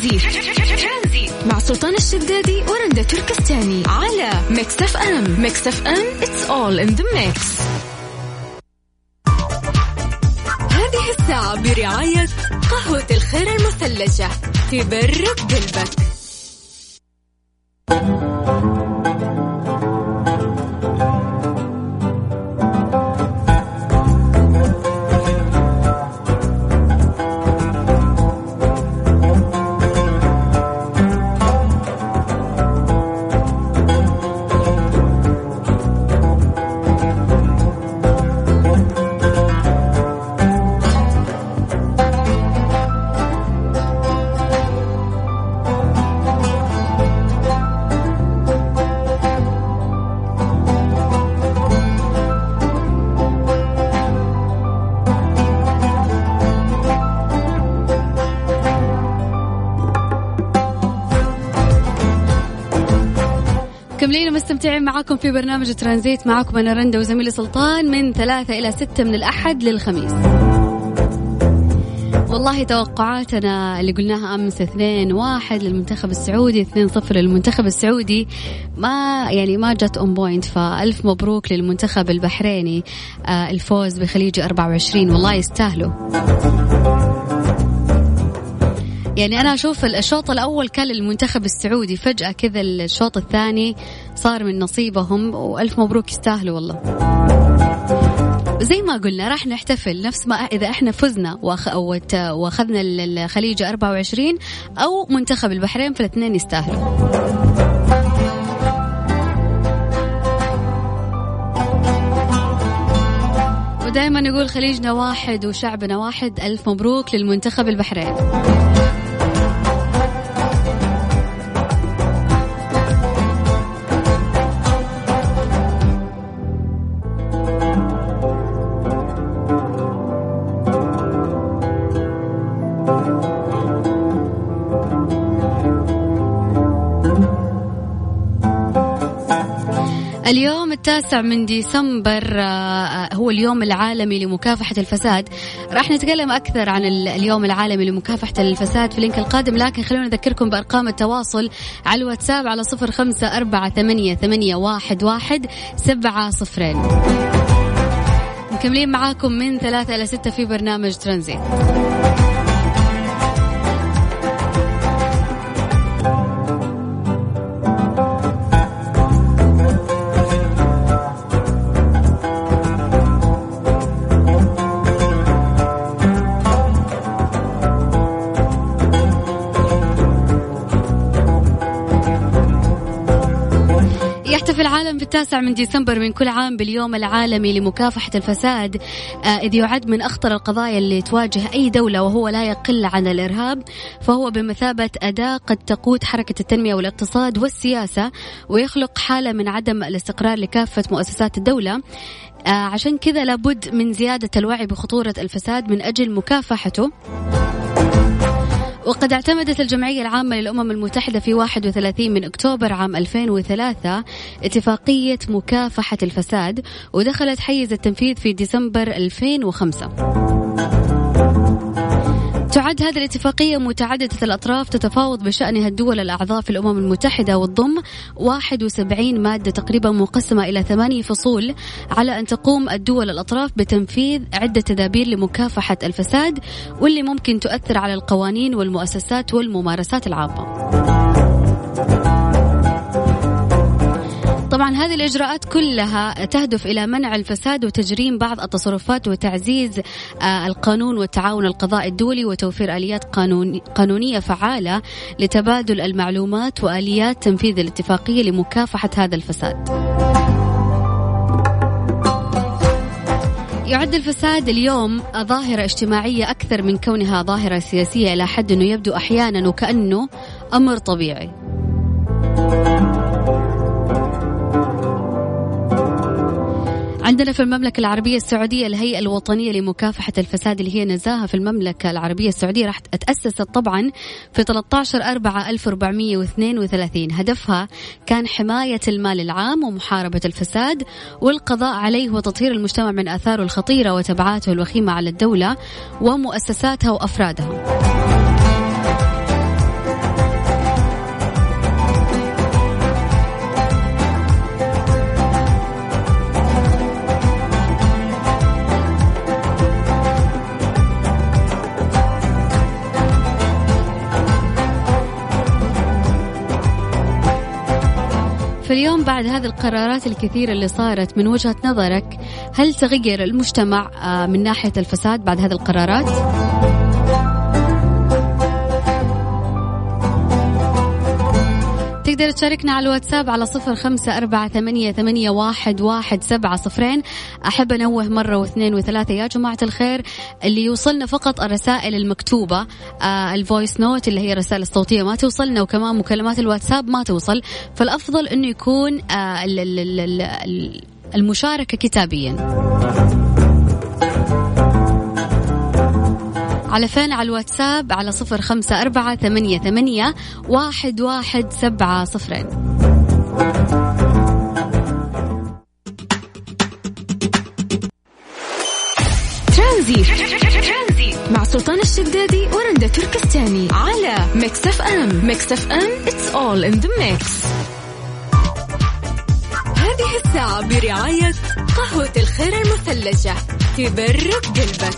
ترانزيت مع سلطان الشدادي ورندا تركستاني على ميكس اف ام. ميكس اف ام it's all in the mix. هذه الساعة برعاية قهوة الخير المثلجة، تبرد قلبك. كملين مستمتعين معاكم في برنامج ترانزيت. معاكم أنا رندا وزميلي سلطان من 3 إلى 6 من الأحد للخميس. والله توقعاتنا اللي قلناها أمس 2-1 للمنتخب السعودي، 2-0 للمنتخب السعودي، ما جت أون بوينت. فألف مبروك للمنتخب البحريني الفوز بخليجي 24. والله يستاهلوا. يعني أنا أشوف الشوط الأول كان للمنتخب السعودي، فجأة كذا الشوط الثاني صار من نصيبهم، وألف مبروك يستاهلوا والله. زي ما قلنا راح نحتفل نفس ما إذا إحنا فزنا وأخذنا الخليج 24 أو منتخب البحرين، فالاثنين يستاهلوا. ودائما نقول خليجنا واحد وشعبنا واحد. ألف مبروك للمنتخب البحرين. اليوم 9 من ديسمبر هو اليوم العالمي لمكافحة الفساد. راح نتكلم أكثر عن اليوم العالمي لمكافحة الفساد في اللينك القادم، لكن خلونا نذكركم بأرقام التواصل على الواتساب على 0548811700. مكملين معاكم من 3 إلى 6 في برنامج ترانزيت. يحتفل العالم في 9 من ديسمبر من كل عام باليوم العالمي لمكافحة الفساد، إذ يعد من أخطر القضايا اللي تواجه أي دولة، وهو لا يقل عن الإرهاب. فهو بمثابة أداة قد تقود حركة التنمية والاقتصاد والسياسة، ويخلق حالة من عدم الاستقرار لكافة مؤسسات الدولة. عشان كذا لابد من زيادة الوعي بخطورة الفساد من أجل مكافحته. وقد اعتمدت الجمعية العامة للأمم المتحدة في 31 من أكتوبر عام 2003 اتفاقية مكافحة الفساد، ودخلت حيز التنفيذ في ديسمبر 2005. تعد هذه الاتفاقية متعددة الأطراف، تتفاوض بشأنها الدول الأعضاء في الأمم المتحدة، وتضم 71 مادة تقريبا مقسمة إلى 8 فصول، على أن تقوم الدول الأطراف بتنفيذ عدة تدابير لمكافحة الفساد، واللي ممكن تؤثر على القوانين والمؤسسات والممارسات العامة. طبعا هذه الإجراءات كلها تهدف إلى منع الفساد وتجريم بعض التصرفات وتعزيز القانون والتعاون القضائي الدولي، وتوفير آليات قانونية فعالة لتبادل المعلومات وآليات تنفيذ الاتفاقية لمكافحة هذا الفساد. يعد الفساد اليوم ظاهرة اجتماعية أكثر من كونها ظاهرة سياسية، إلى حد أنه يبدو أحيانا وكأنه أمر طبيعي. عندنا في المملكة العربية السعودية الهيئة الوطنية لمكافحة الفساد، اللي هي نزاهة في المملكة العربية السعودية، راح تأسست طبعا في 13/4/1432. هدفها كان حماية المال العام ومحاربة الفساد والقضاء عليه وتطهير المجتمع من آثاره الخطيرة وتبعاته الوخيمة على الدولة ومؤسساتها وأفرادها. فاليوم بعد هذه القرارات الكثيرة اللي صارت، من وجهة نظرك هل تغير المجتمع من ناحية الفساد بعد هذه القرارات؟ تقدر تشاركنا على الواتساب على 0548811700. أحب أنوه مرة واثنين وثلاثة يا جماعة الخير، اللي يوصلنا فقط الرسائل المكتوبة، الفويس نوت اللي هي الرسائل الصوتية ما توصلنا، وكمان مكالمات الواتساب ما توصل، فالأفضل أنه يكون المشاركة كتابيا. على فين؟ على الواتساب على 0548811700. ترانزيت مع سلطان الشدادي ورندا تركستاني على ميكس اف ام. ميكس اف ام it's all in the mix. هذه الساعة برعاية قهوة الخير المثلجة، تبرد قلبك.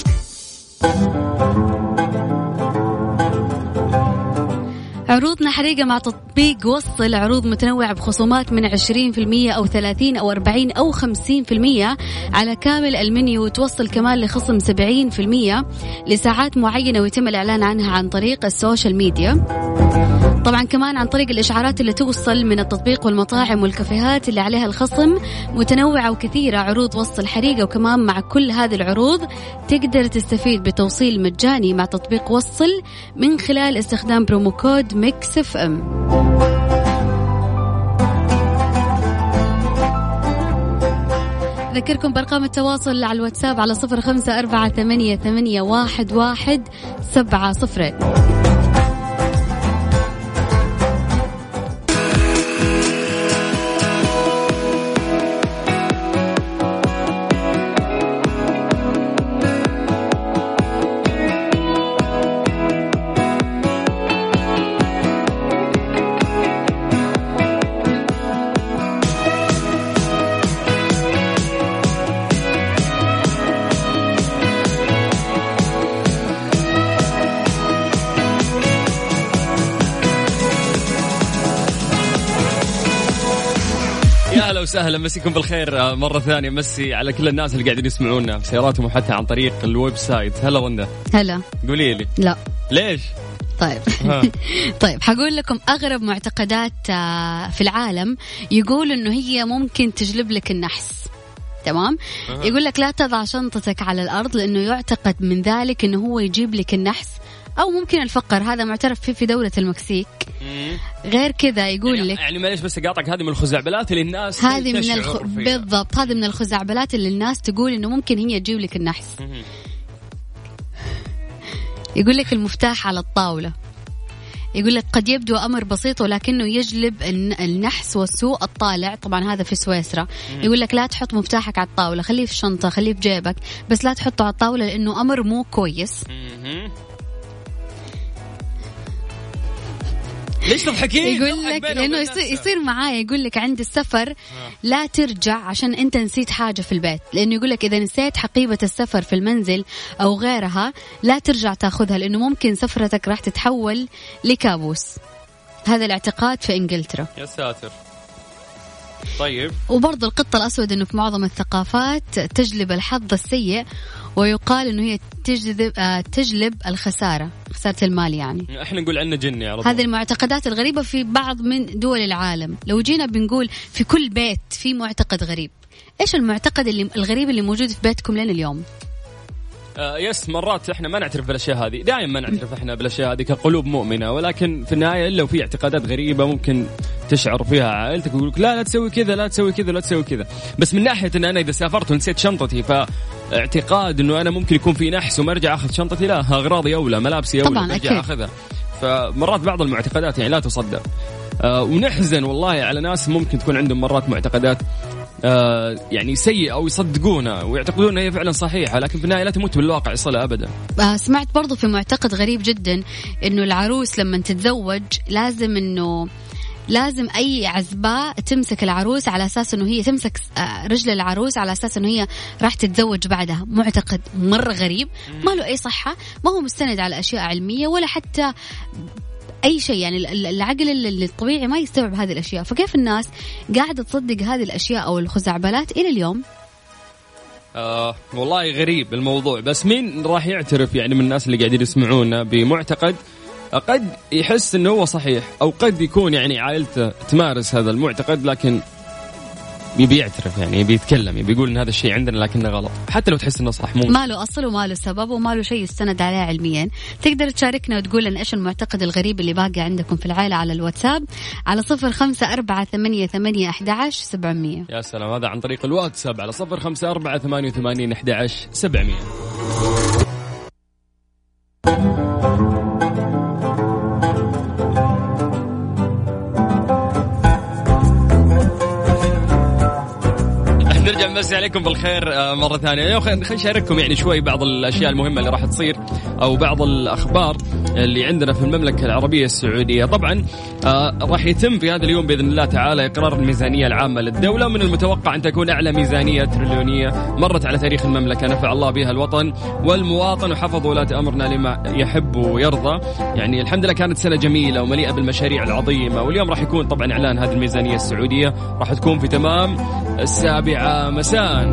عروضنا حريقة مع تطبيق وصل، عروض متنوعة بخصومات من 20% أو 30 أو 40 أو 50% على كامل المنيو، وتوصل كمان لخصم 70% لساعات معينة، ويتم الإعلان عنها عن طريق السوشيال ميديا، طبعا كمان عن طريق الإشعارات اللي توصل من التطبيق والمطاعم والكافيهات اللي عليها الخصم. متنوعة وكثيرة عروض وصل حريقة، وكمان مع كل هذه العروض تقدر تستفيد بتوصيل مجاني مع تطبيق وصل من خلال استخدام برومو كود ميكس اف ام. أذكركم بأرقام التواصل على الواتساب على 0548811700. وسهلا، مسيكم بالخير مرة ثانية. مسي على كل الناس اللي قاعدين يسمعونا في سياراتهم وحتى عن طريق الويب سايت. هلا وندا. هلا. قولي لي. لا. ليش؟ طيب طيب حقول لكم أغرب معتقدات في العالم. يقول إنه هي ممكن تجلب لك النحس. تمام. يقول لك لا تضع شنطتك على الأرض لأنه يعتقد من ذلك إنه هو يجيب لك النحس أو ممكن الفقر. هذا معترف فيه في دولة المكسيك. غير كذا يقول لك يعني معليش بس أقاطعك، هذه من الخزعبلات اللي الناس هذه من بالضبط، هذه من الخزعبلات اللي الناس تقول إنه ممكن هي تجيب لك النحس. يقول لك المفتاح على الطاولة. يقول لك قد يبدو أمر بسيط ولكنه يجلب النحس والسوء الطالع. طبعا هذا في سويسرا. يقول لك لا تحط مفتاحك على الطاولة، خليه في الشنطة، خليه في جيبك، بس لا تحطه على الطاولة لأنه أمر مو كويس. ليش تضحكين؟ يقول لك لأنه يصير معايا. يقول لك عند السفر لا ترجع عشان أنت نسيت حاجة في البيت، لأنه يقول لك إذا نسيت حقيبة السفر في المنزل أو غيرها لا ترجع تأخذها، لأنه ممكن سفرتك راح تتحول لكابوس. هذا الاعتقاد في إنجلترا. يا ساتر. طيب. وبرضه القطة الأسود إنه في معظم الثقافات تجلب الحظ السيء، ويقال إنه هي تجلب الخسارة، خسارة المال يعني. إحنا نقول عنه جني على طول. هذه المعتقدات الغريبة في بعض من دول العالم. لو جينا بنقول في كل بيت في معتقد غريب، إيش المعتقد الغريب اللي موجود في بيتكم لين اليوم؟ يس مرات احنا ما نعترف بالاشياء هذه، دائما ما نعترف احنا بالاشياء هذه كقلوب مؤمنه، ولكن في النهايه الا وفي اعتقادات غريبه ممكن تشعر فيها عائلتك ويقولك لا تسوي كذا، لا تسوي كذا، لا تسوي كذا. بس من ناحيه ان انا اذا سافرت ونسيت شنطتي، فاعتقاد انه انا ممكن يكون في نحس وما ارجع اخذ شنطتي، لا اغراضي اولى، ملابسي اولى، ارجع اخذها. فمرات بعض المعتقدات يعني لا تصدق. ونحزن والله على ناس ممكن تكون عندهم مرات معتقدات يعني سيئة أو يصدقونها ويعتقدون أنها فعلا صحيحة، لكن في النهاية لا تموت بالواقع صلة أبدا. سمعت برضو في معتقد غريب جدا إنه العروس لما تتزوج لازم أي عزباء تمسك العروس على أساس إنه هي تمسك رجل العروس على أساس إنه هي راح تتزوج بعدها. معتقد مرة غريب، ما له أي صحة، ما هو مستند على أشياء علمية ولا حتى أي شيء. يعني العقل الطبيعي ما يستوعب هذه الأشياء. فكيف الناس قاعدة تصدق هذه الأشياء أو الخزعبلات إلى اليوم؟ والله غريب الموضوع. بس مين راح يعترف يعني من الناس اللي قاعدين يسمعونا بمعتقد قد يحس إنه هو صحيح، أو قد يكون يعني عائلته تمارس هذا المعتقد لكن يبي يعترف، يعني يبي يتكلم، يبي يقول إن هذا الشيء عندنا لكنه غلط، حتى لو تحس إنه صح. ما له أصل وما له سبب وما له شيء يستند عليه علميا. تقدر تشاركنا وتقول لنا إيش المعتقد الغريب اللي باقي عندكم في العائلة على الواتساب على 0548811700. يا سلام، هذا عن طريق الواتساب على 0548811700. نرجع نمسي عليكم بالخير مرة ثانية. خلينا نشارككم يعني شوي بعض الأشياء المهمة اللي راح تصير أو بعض الأخبار اللي عندنا في المملكة العربية السعودية. طبعا راح يتم في هذا اليوم بإذن الله تعالى إقرار الميزانية العامة للدولة. من المتوقع أن تكون أعلى ميزانية تريليونية مرت على تاريخ المملكة، نفع الله بها الوطن والمواطن وحفظ ولاة أمرنا لما يحب ويرضى. يعني الحمد لله كانت سنة جميلة ومليئة بالمشاريع العظيمة. واليوم راح يكون طبعا إعلان هذه الميزانية السعودية، راح تكون في تمام 7 مساء.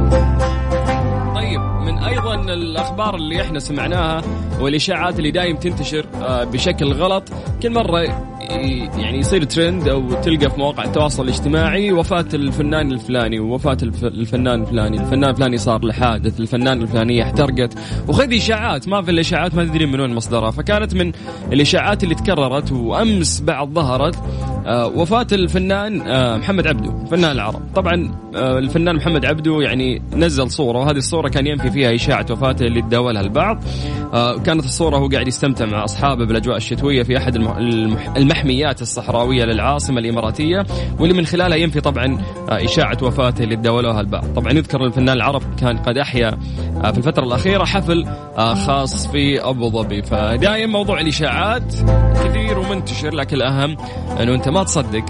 طيب، من أيضا الأخبار اللي احنا سمعناها والإشاعات اللي دايم تنتشر بشكل غلط، كل مرة يعني يصير ترند أو تلقى في مواقع التواصل الاجتماعي وفاة الفنان الفلاني ووفاة الفنان الفلاني، الفنان الفلاني صار له حادث، الفنان الفلانية احترقت، وخذ إشاعات ما في الإشاعات ما تدري من وين مصدرها. فكانت من الإشاعات اللي تكررت وأمس بعد ظهرت وفاة الفنان محمد عبده، فنان العرب. طبعا الفنان محمد عبده يعني نزل صورة، وهذه الصورة كان ينفي فيها إشاعة وفاته اللي تداولها البعض. كانت الصورة هو قاعد يستمتع مع أصحابه بالأجواء الشتوية في أحد المحميات الصحراوية للعاصمة الإماراتية، واللي من خلالها ينفي طبعا إشاعة وفاته اللي تداولوها البعض. طبعا يذكر الفنان العرب كان قد أحيا في الفترة الأخيرة حفل خاص في أبو ظبي. فدائما موضوع الإشاعات كثير ومنتشر، لكن الأهم أنه أنت ما تصدق،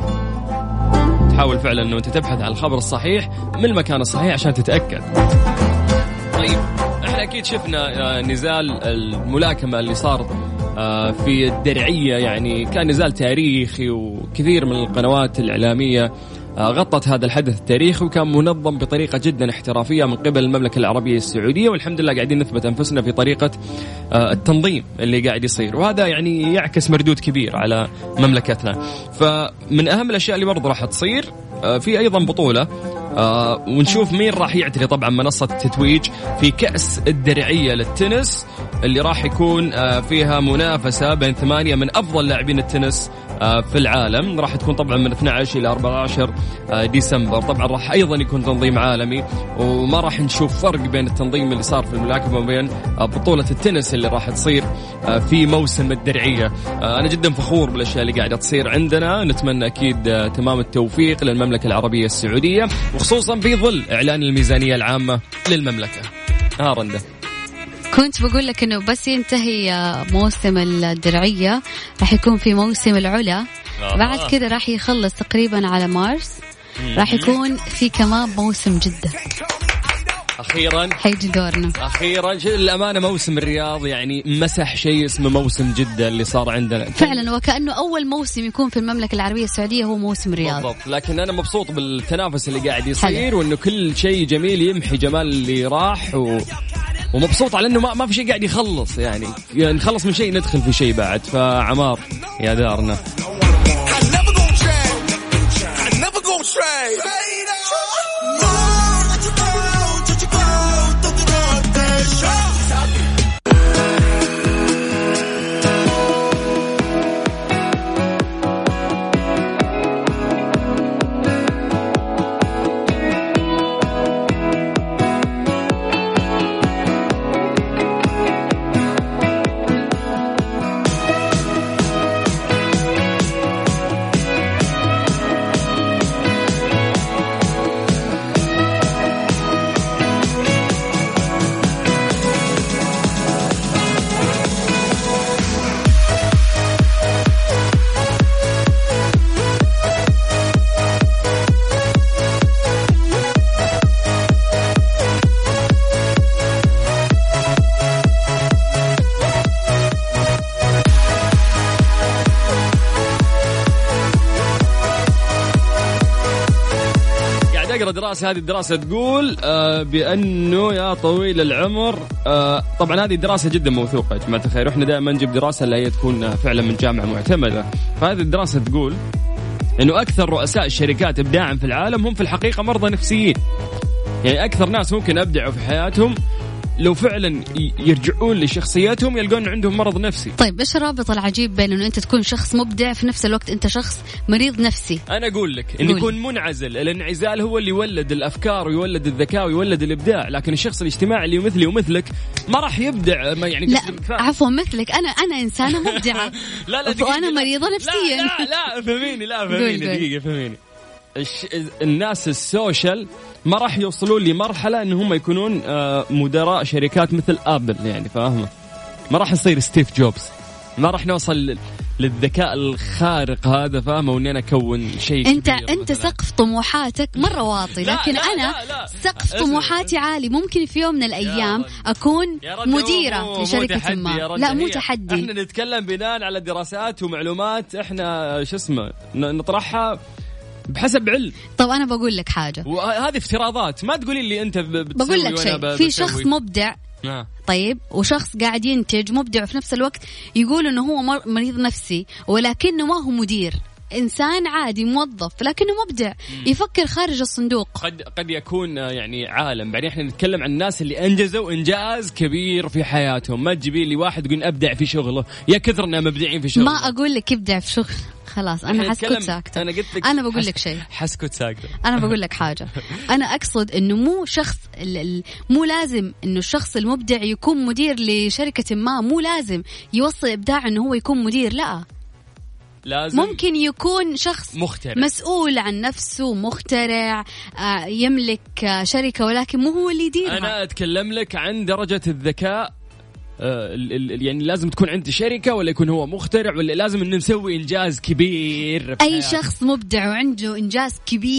تحاول فعلا أنه أنت تبحث عن الخبر الصحيح من المكان الصحيح عشان تتأكد. طيب، احنا أكيد شفنا نزال الملاكمة اللي صار في الدرعية، يعني كان نزال تاريخي وكثير من القنوات الإعلامية غطت هذا الحدث التاريخي، وكان منظم بطريقة جدا احترافية من قبل المملكة العربية السعودية. والحمد لله قاعدين نثبت أنفسنا في طريقة التنظيم اللي قاعد يصير، وهذا يعني يعكس مردود كبير على مملكتنا. فمن أهم الأشياء اللي برضو راح تصير في أيضا بطولة ونشوف مين راح يعتري طبعا منصة التتويج في كأس الدرعية للتنس، اللي راح يكون فيها منافسة بين 8 من أفضل لاعبين التنس في العالم. راح تكون طبعا من 12 إلى 14 ديسمبر. طبعا راح أيضا يكون تنظيم عالمي، وما راح نشوف فرق بين التنظيم اللي صار في الملاكمة وبين بطولة التنس اللي راح تصير في موسم الدرعية. أنا جدا فخور بالأشياء اللي قاعدة تصير عندنا. نتمنى أكيد تمام التوفيق للمملكة العربية السعودية، وخصوصا في ظل إعلان الميزانية العامة للمملكة. رندا، كنت بقول لك إنه بس ينتهي موسم الدرعية راح يكون في موسم العلا. بعد كده راح يخلص تقريبا على مارس، راح يكون في كمان موسم جدة. أخيرا حيجي دورنا أخيرا. الأمانة موسم الرياض يعني مسح شيء اسمه موسم جدة اللي صار عندنا فعلا، وكأنه أول موسم يكون في المملكة العربية السعودية هو موسم الرياض بالضبط. لكن أنا مبسوط بالتنافس اللي قاعد يصير، وإنه كل شيء جميل يمحي جمال اللي راح ومبسوط على إنه ما في شيء قاعد يخلص، يعني نخلص من شيء ندخل في شيء بعد. فعمار يا دارنا. نقرأ دراسة. هذه الدراسة تقول بأنه يا طويل العمر، طبعا هذه دراسة جدا موثوقة يا جماعة الخير، احنا دائما نجيب دراسة اللي هي تكون فعلا من جامعة معتمدة. فهذه الدراسة تقول أنه أكثر رؤساء الشركات إبداعا في العالم هم في الحقيقة مرضى نفسيين. يعني أكثر ناس ممكن أبدعوا في حياتهم لو فعلا يرجعون لشخصياتهم يلقون عندهم مرض نفسي. طيب إيش الرابط العجيب بين إنه أنت تكون شخص مبدع في نفس الوقت أنت شخص مريض نفسي؟ أنا أقول لك إن يكون منعزل. الانعزال هو اللي يولد الأفكار ويولد الذكاء ويولد الإبداع، لكن الشخص الاجتماعي اللي مثلي ومثلك ما راح يبدع. ما يعني لا عفوا مثلك أنا إنسانة مبدعة. لا وأنا مريضة نفسيا. لا فهميني دقيقة فهميني. الناس السوشيال ما راح يوصلون لمرحلة إن هم يكونون مدراء شركات مثل آبل، يعني فاهمة؟ ما راح يصير ستيف جوبز، ما راح نوصل للذكاء الخارق هذا، فاهمة؟ وإن أنا أكون شيء أنت سقف طموحاتك مرة واطي، لكن أنا سقف طموحاتي عالي. ممكن في يوم من الأيام أكون مديرة لشركة ما. لا مو تحدي، إحنا نتكلم بناء على دراسات ومعلومات إحنا نطرحها بحسب علم. طب أنا بقول لك حاجة، وهذه افتراضات، ما تقولي لي أنت بقول لك شيء. في شخص مبدع طيب وشخص قاعد ينتج مبدع في نفس الوقت يقول إنه هو مريض نفسي، ولكنه ما هو مدير، إنسان عادي موظف لكنه مبدع يفكر خارج الصندوق. قد يكون يعني عالم. بعدين احنا نتكلم عن الناس اللي أنجزوا إنجاز كبير في حياتهم. ما تجيبي لي واحد يقول أبدع في شغله، يا كثرنا مبدعين في شغله. ما أقول لك ابدع في شغل، خلاص أنا حسكت ساكتة. أنا بقول لك شيء، حسكت ساكتة. أنا بقول لك حاجة، أنا أقصد إنه مو شخص مو لازم إنه الشخص المبدع يكون مدير لشركة ما، مو لازم يوصل إبداع إنه هو يكون مدير، لا لازم. ممكن يكون شخص مخترع، مسؤول عن نفسه، مخترع، يملك شركة ولكن مو هو اللي يديرها. أنا أتكلم لك عن درجة الذكاء. يعني لازم تكون عندي شركة ولا يكون هو مخترع، ولا لازم إن نسوي إنجاز كبير. أي شخص مبدع وعنده إنجاز كبير